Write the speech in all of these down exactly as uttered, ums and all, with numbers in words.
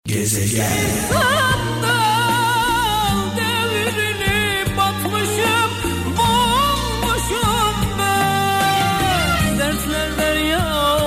Gezegen. Devrini batmışım, bulmuşum ben. Dertler ya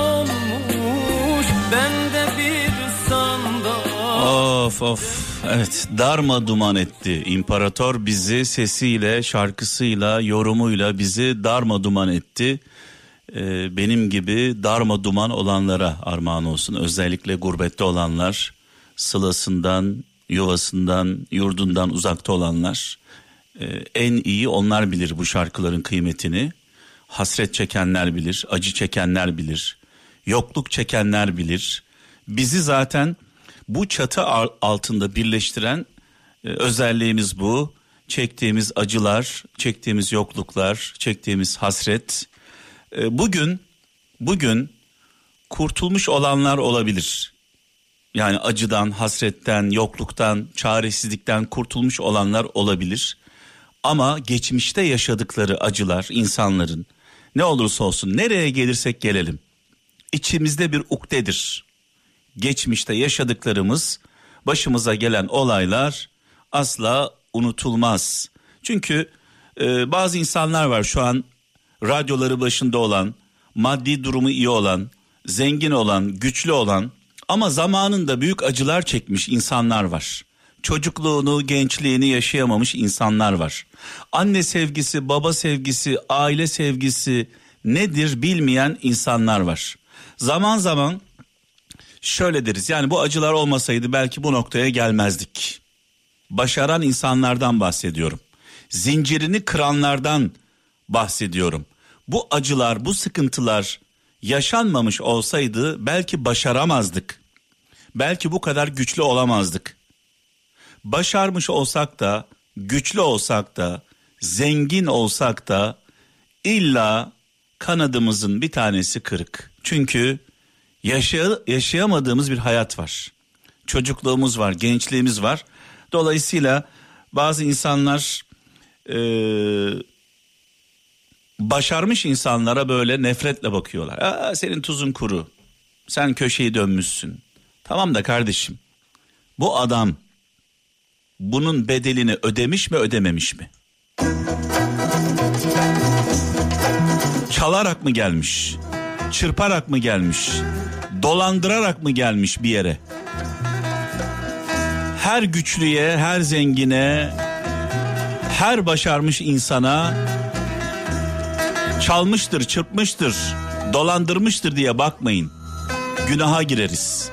olmuş, bende bir sandal. Of of. Evet, darma duman etti. İmparator bizi sesiyle, şarkısıyla, yorumuyla bizi darma duman etti. Ee, benim gibi darma duman olanlara armağan olsun. Özellikle gurbette olanlar, sılasından, yuvasından, yurdundan uzakta olanlar. Ee, en iyi onlar bilir bu şarkıların kıymetini. Hasret çekenler bilir, acı çekenler bilir, yokluk çekenler bilir. Bizi zaten bu çatı altında birleştiren e, özelliğimiz bu. Çektiğimiz acılar, çektiğimiz yokluklar, çektiğimiz hasret. E, bugün, bugün kurtulmuş olanlar olabilir. Yani acıdan, hasretten, yokluktan, çaresizlikten kurtulmuş olanlar olabilir. Ama geçmişte yaşadıkları acılar insanların ne olursa olsun, nereye gelirsek gelelim, içimizde bir ukdedir. Geçmişte yaşadıklarımız, başımıza gelen olaylar asla unutulmaz. Çünkü e, bazı insanlar var şu an radyoları başında olan, maddi durumu iyi olan, zengin olan, güçlü olan ama zamanında büyük acılar çekmiş insanlar var. Çocukluğunu, gençliğini yaşayamamış insanlar var. Anne sevgisi, baba sevgisi, aile sevgisi nedir bilmeyen insanlar var. Zaman zaman şöyle deriz, yani bu acılar olmasaydı belki bu noktaya gelmezdik. Başaran insanlardan bahsediyorum. Zincirini kıranlardan bahsediyorum. Bu acılar, bu sıkıntılar yaşanmamış olsaydı belki başaramazdık. Belki bu kadar güçlü olamazdık. Başarmış olsak da, güçlü olsak da, zengin olsak da illa kanadımızın bir tanesi kırık. Çünkü yaşay- yaşayamadığımız bir hayat var. Çocukluğumuz var, gençliğimiz var. Dolayısıyla bazı insanlar e, başarmış insanlara böyle nefretle bakıyorlar. Aa, senin tuzun kuru, sen köşeyi dönmüşsün. Tamam da kardeşim, bu adam bunun bedelini ödemiş mi, ödememiş mi? Çalarak mı gelmiş? Çırparak mı gelmiş? Dolandırarak mı gelmiş bir yere? Her güçlüye, her zengine, her başarmış insana çalmıştır, çırpmıştır, dolandırmıştır diye bakmayın. Günaha gireriz.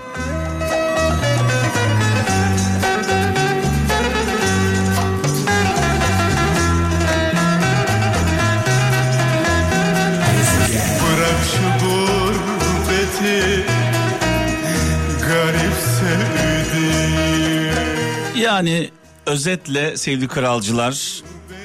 Bırak şu gurbeti, garip sevdiğim. Yani özetle sevgili kralcılar,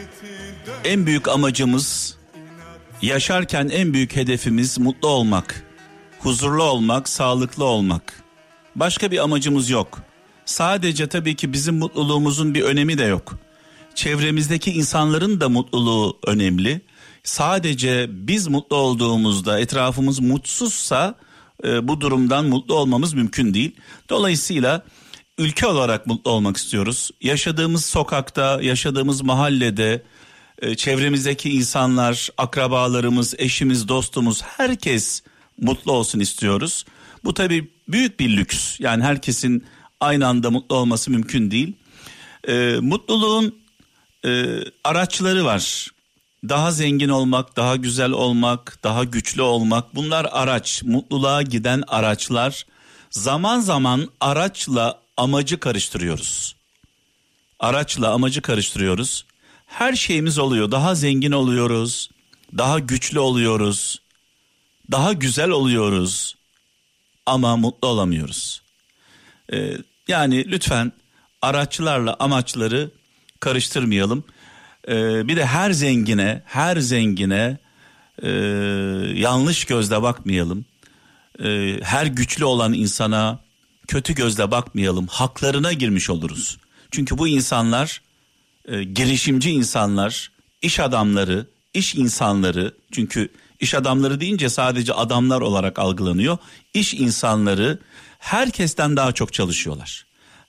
en büyük amacımız, yaşarken en büyük hedefimiz mutlu olmak, huzurlu olmak, sağlıklı olmak. Başka bir amacımız yok. Sadece tabii ki bizim mutluluğumuzun bir önemi de yok. Çevremizdeki insanların da mutluluğu önemli. Sadece biz mutlu olduğumuzda, etrafımız mutsuzsa e, bu durumdan mutlu olmamız mümkün değil. Dolayısıyla ülke olarak mutlu olmak istiyoruz. Yaşadığımız sokakta, yaşadığımız mahallede, e, çevremizdeki insanlar, akrabalarımız, eşimiz, dostumuz, herkes mutlu olsun istiyoruz. Bu tabii büyük bir lüks. Yani herkesin aynı anda mutlu olması mümkün değil. E, mutluluğun e, araçları var. Daha zengin olmak, daha güzel olmak, daha güçlü olmak, bunlar araç, mutluluğa giden araçlar. Zaman zaman araçla amacı karıştırıyoruz. Araçla amacı karıştırıyoruz. Her şeyimiz oluyor, daha zengin oluyoruz, daha güçlü oluyoruz, daha güzel oluyoruz ama mutlu olamıyoruz. Ee, yani lütfen araçlarla amaçları karıştırmayalım. Ee, bir de her zengine, her zengine e, yanlış gözle bakmayalım. Ee, her güçlü olan insana kötü gözle bakmayalım. Haklarına girmiş oluruz. Çünkü bu insanlar e, girişimci insanlar, iş adamları, iş insanları. Çünkü iş adamları deyince sadece adamlar olarak algılanıyor. İş insanları herkesten daha çok çalışıyorlar.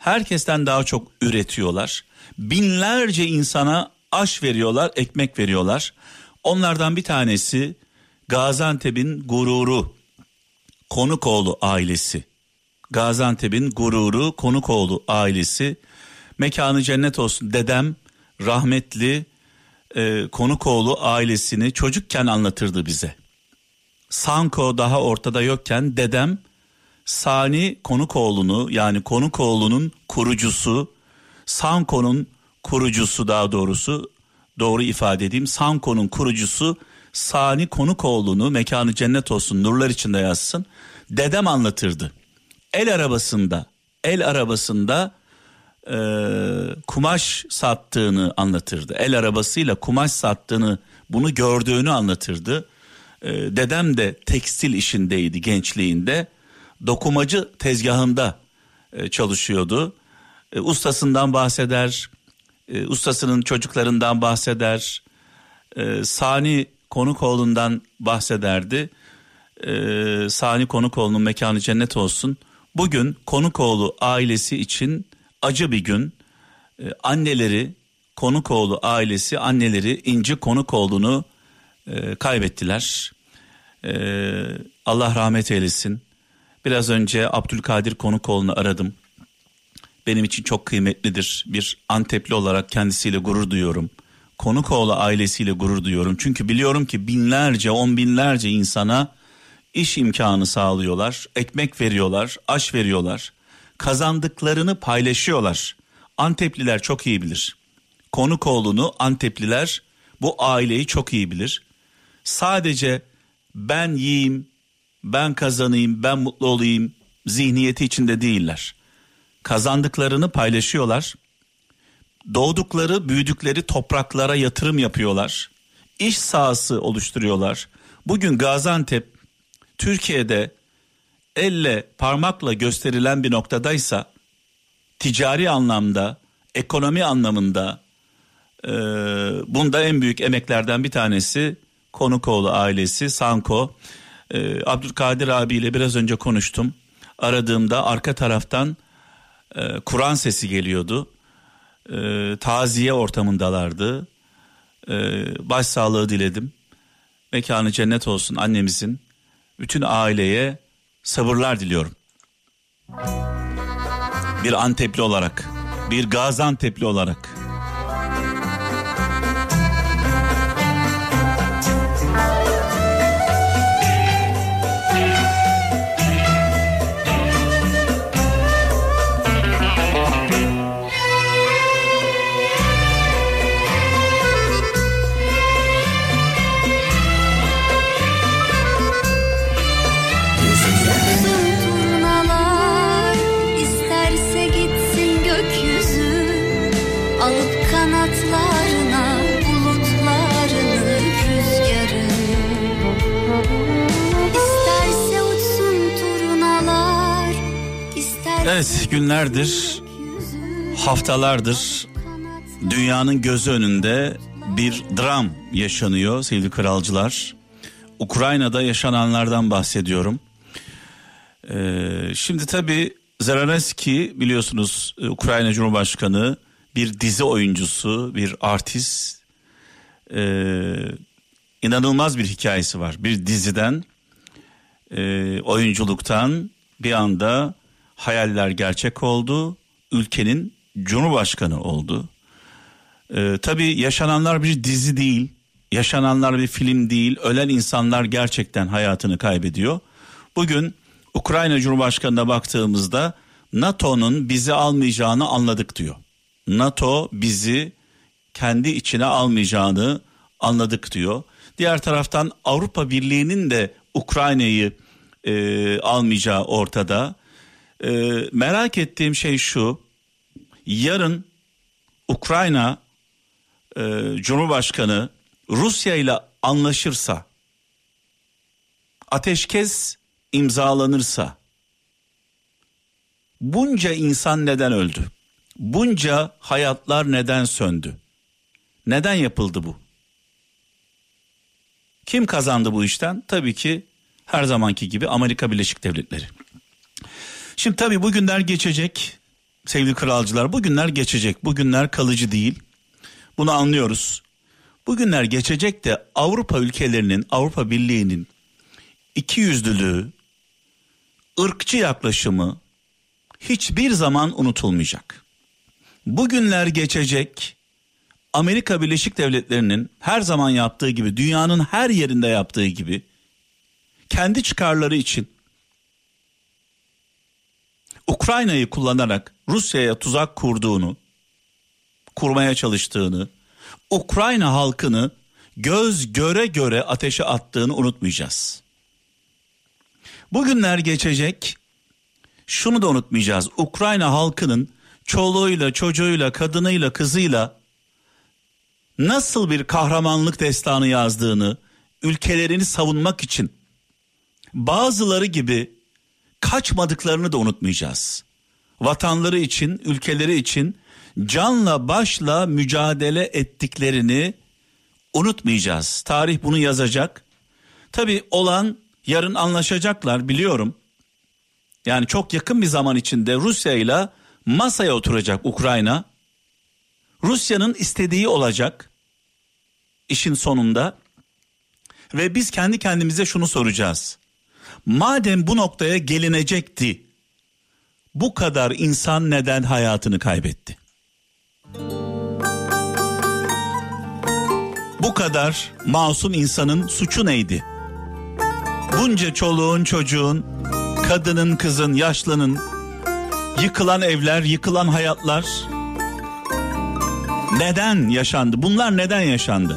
herkesten daha çok üretiyorlar. Binlerce insana aş veriyorlar, ekmek veriyorlar. Onlardan bir tanesi Gaziantep'in gururu Konukoğlu ailesi. Gaziantep'in gururu Konukoğlu ailesi. Mekanı cennet olsun. Dedem rahmetli e, Konukoğlu ailesini çocukken anlatırdı bize. Sanko daha ortada yokken dedem Sani Konukoğlu'nu, yani Konukoğlu'nun kurucusu, Sanko'nun kurucusu, daha doğrusu doğru ifade edeyim, Sanko'nun kurucusu Sani Konukoğlu'nu, mekanı cennet olsun, nurlar içinde yatsın, dedem anlatırdı. El arabasında, el arabasında e, kumaş sattığını anlatırdı. El arabasıyla kumaş sattığını, bunu gördüğünü anlatırdı. E, dedem de tekstil işindeydi gençliğinde. Dokumacı tezgahında e, çalışıyordu. E, ustasından bahseder, e, ustasının çocuklarından bahseder. E, Sani Konukoğlu'ndan bahsederdi. E, Sani Konukoğlu'nun mekanı cennet olsun. Bugün Konukoğlu ailesi için acı bir gün. E, anneleri, Konukoğlu ailesi anneleri İnci Konukoğlu'nu e, kaybettiler. E, Allah rahmet eylesin. Biraz önce Abdülkadir Konukoğlu'nu aradım. Benim için çok kıymetlidir. Bir Antepli olarak kendisiyle gurur duyuyorum. Konukoğlu ailesiyle gurur duyuyorum. Çünkü biliyorum ki binlerce, on binlerce insana iş imkanı sağlıyorlar. Ekmek veriyorlar, aş veriyorlar. Kazandıklarını paylaşıyorlar. Antepliler çok iyi bilir. Konukoğlu'nu Antepliler, bu aileyi çok iyi bilir. Sadece ben yiyeyim, ben kazanayım, ben mutlu olayım zihniyeti içinde değiller. Kazandıklarını paylaşıyorlar. Doğdukları, büyüdükleri topraklara yatırım yapıyorlar. İş sahası oluşturuyorlar. Bugün Gaziantep Türkiye'de elle parmakla gösterilen bir noktadaysa, ticari anlamda, ekonomi anlamında e, bunda en büyük emeklerden bir tanesi Konukoğlu ailesi, Sanko. e, Abdülkadir abiyle biraz önce konuştum. Aradığımda arka taraftan e, Kur'an sesi geliyordu. E, taziye ortamındalardı. E, başsağlığı diledim. Mekanı cennet olsun annemizin. Bütün aileye sabırlar diliyorum. Bir Antepli olarak, bir Gaziantep'li olarak. Evet, günlerdir, haftalardır dünyanın gözü önünde bir dram yaşanıyor sevgili kralcılar. Ukrayna'da yaşananlardan bahsediyorum. Ee, şimdi tabii Zelenski, biliyorsunuz, Ukrayna Cumhurbaşkanı, bir dizi oyuncusu, bir artist. Ee, inanılmaz bir hikayesi var. Bir diziden, e, oyunculuktan bir anda hayaller gerçek oldu. Ülkenin Cumhurbaşkanı oldu. Ee, tabii yaşananlar bir dizi değil. Yaşananlar bir film değil. Ölen insanlar gerçekten hayatını kaybediyor. Bugün Ukrayna Cumhurbaşkanı'na baktığımızda NATO'nun bizi almayacağını anladık diyor. NATO bizi kendi içine almayacağını anladık diyor. Diğer taraftan Avrupa Birliği'nin de Ukrayna'yı e, almayacağı ortada. Ee, merak ettiğim şey şu: yarın Ukrayna e, Cumhurbaşkanı Rusya ile anlaşırsa, ateşkes imzalanırsa, bunca insan neden öldü? Bunca hayatlar neden söndü? Neden yapıldı bu? Kim kazandı bu işten? Tabii ki her zamanki gibi Amerika Birleşik Devletleri. Şimdi tabii bu günler geçecek. sevgili kralcılar, bugünler geçecek. Bugünler kalıcı değil. Bunu anlıyoruz. Bugünler geçecek de Avrupa ülkelerinin, Avrupa Birliği'nin ikiyüzlülüğü, ırkçı yaklaşımı hiçbir zaman unutulmayacak. Bugünler geçecek. Amerika Birleşik Devletleri'nin her zaman yaptığı gibi, dünyanın her yerinde yaptığı gibi kendi çıkarları için Ukrayna'yı kullanarak Rusya'ya tuzak kurduğunu, kurmaya çalıştığını, Ukrayna halkını göz göre göre ateşe attığını unutmayacağız. Bugünler geçecek, şunu da unutmayacağız. Ukrayna halkının çoluğuyla, çocuğuyla, kadınıyla, kızıyla nasıl bir kahramanlık destanı yazdığını, ülkelerini savunmak için bazıları gibi kaçmadıklarını da unutmayacağız. Vatanları için, ülkeleri için canla başla mücadele ettiklerini unutmayacağız. Tarih bunu yazacak. Tabii olan yarın anlaşacaklar, biliyorum. Yani çok yakın bir zaman içinde Rusya ile masaya oturacak Ukrayna. Rusya'nın istediği olacak işin sonunda. Ve biz kendi kendimize şunu soracağız. Madem bu noktaya gelinecekti, bu kadar insan neden hayatını kaybetti? Bu kadar masum insanın suçu neydi? Bunca çoluğun, çocuğun, kadının, kızın, yaşlının, yıkılan evler, yıkılan hayatlar neden yaşandı? Bunlar neden yaşandı?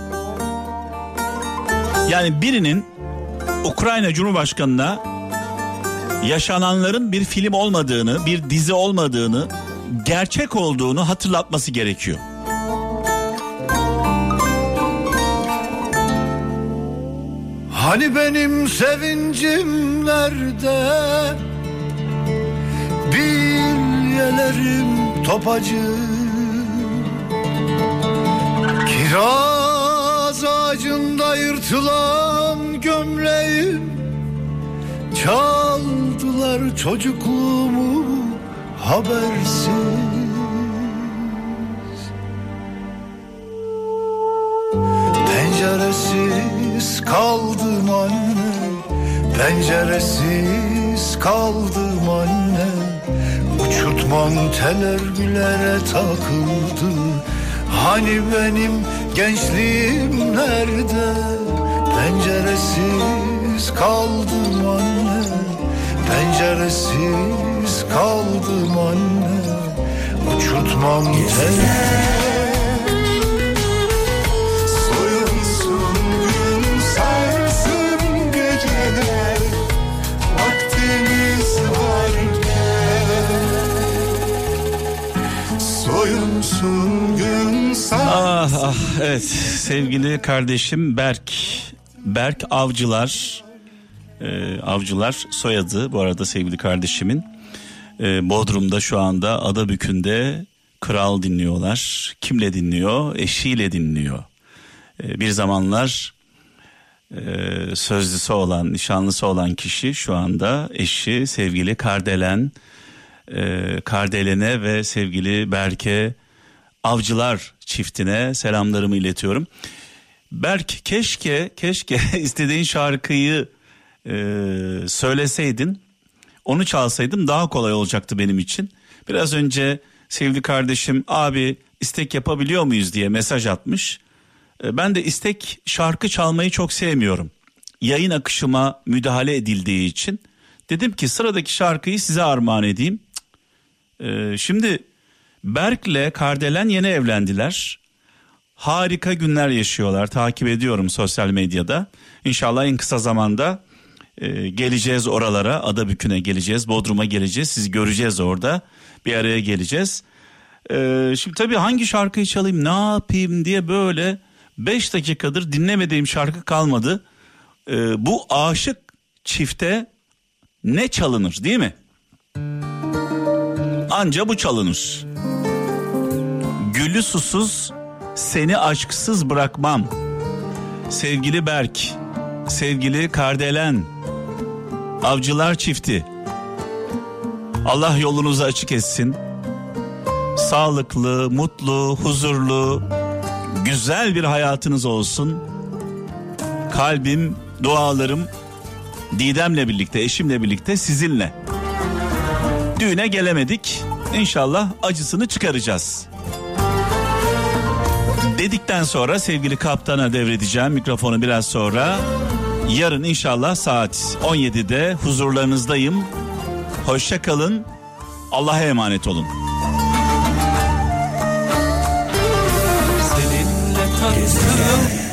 Yani birinin Ukrayna Cumhurbaşkanı'na yaşananların bir film olmadığını, bir dizi olmadığını, gerçek olduğunu hatırlatması gerekiyor. Hani benim sevincim nerede? Bilyelerim topacı, kiraz ağacında yırtılan gömleğim, çaldılar çocukluğumu habersiz. Penceresiz kaldım anne, penceresiz kaldım anne. Uçurtmam tel örgülere takıldı. Hani benim gençliğim nerede? Penceresiz kaldım anne, penceresiz kaldım anne. Uçurtmam tel. Ah ah, evet, sevgili kardeşim Berk Berk Avcılar e, Avcılar soyadı bu arada sevgili kardeşimin. e, Bodrum'da şu anda Adabükü'nde kral dinliyorlar. Kimle dinliyor? Eşiyle dinliyor. e, Bir zamanlar e, sözlüsü olan, nişanlısı olan kişi şu anda eşi sevgili Kardelen. e, Kardelen'e ve sevgili Berk'e, Avcılar çiftine selamlarımı iletiyorum. Berk, keşke keşke istediğin şarkıyı e, söyleseydin, onu çalsaydım daha kolay olacaktı benim için. Biraz önce sevgili kardeşim abi istek yapabiliyor muyuz diye mesaj atmış. E, ben de istek şarkı çalmayı çok sevmiyorum. Yayın akışıma müdahale edildiği için dedim ki sıradaki şarkıyı size armağan edeyim. E, şimdi Berk'le Kardelen yeni evlendiler. Harika günler yaşıyorlar. Takip ediyorum sosyal medyada. İnşallah en kısa zamanda e, geleceğiz oralara. Adabükü'ne geleceğiz. Bodrum'a geleceğiz. Sizi göreceğiz orada. Bir araya geleceğiz. E, şimdi tabii hangi şarkıyı çalayım, ne yapayım diye böyle beş dakikadır dinlemediğim şarkı kalmadı. E, bu aşık çifte ne çalınır değil mi? Anca bu çalınır. Gülü susuz, seni aşksız bırakmam. Sevgili Berk, sevgili Kardelen, Avcılar çifti, Allah yolunuzu açık etsin. sağlıklı, mutlu, huzurlu, güzel bir hayatınız olsun. Kalbim, dualarım Didem'le birlikte, eşimle birlikte sizinle. Düğüne gelemedik. İnşallah acısını çıkaracağız. Dedikten sonra sevgili kaptana devredeceğim mikrofonu biraz sonra. Yarın inşallah saat on yedide huzurlarınızdayım. Hoşça kalın. Allah'a emanet olun. Seninle tattığım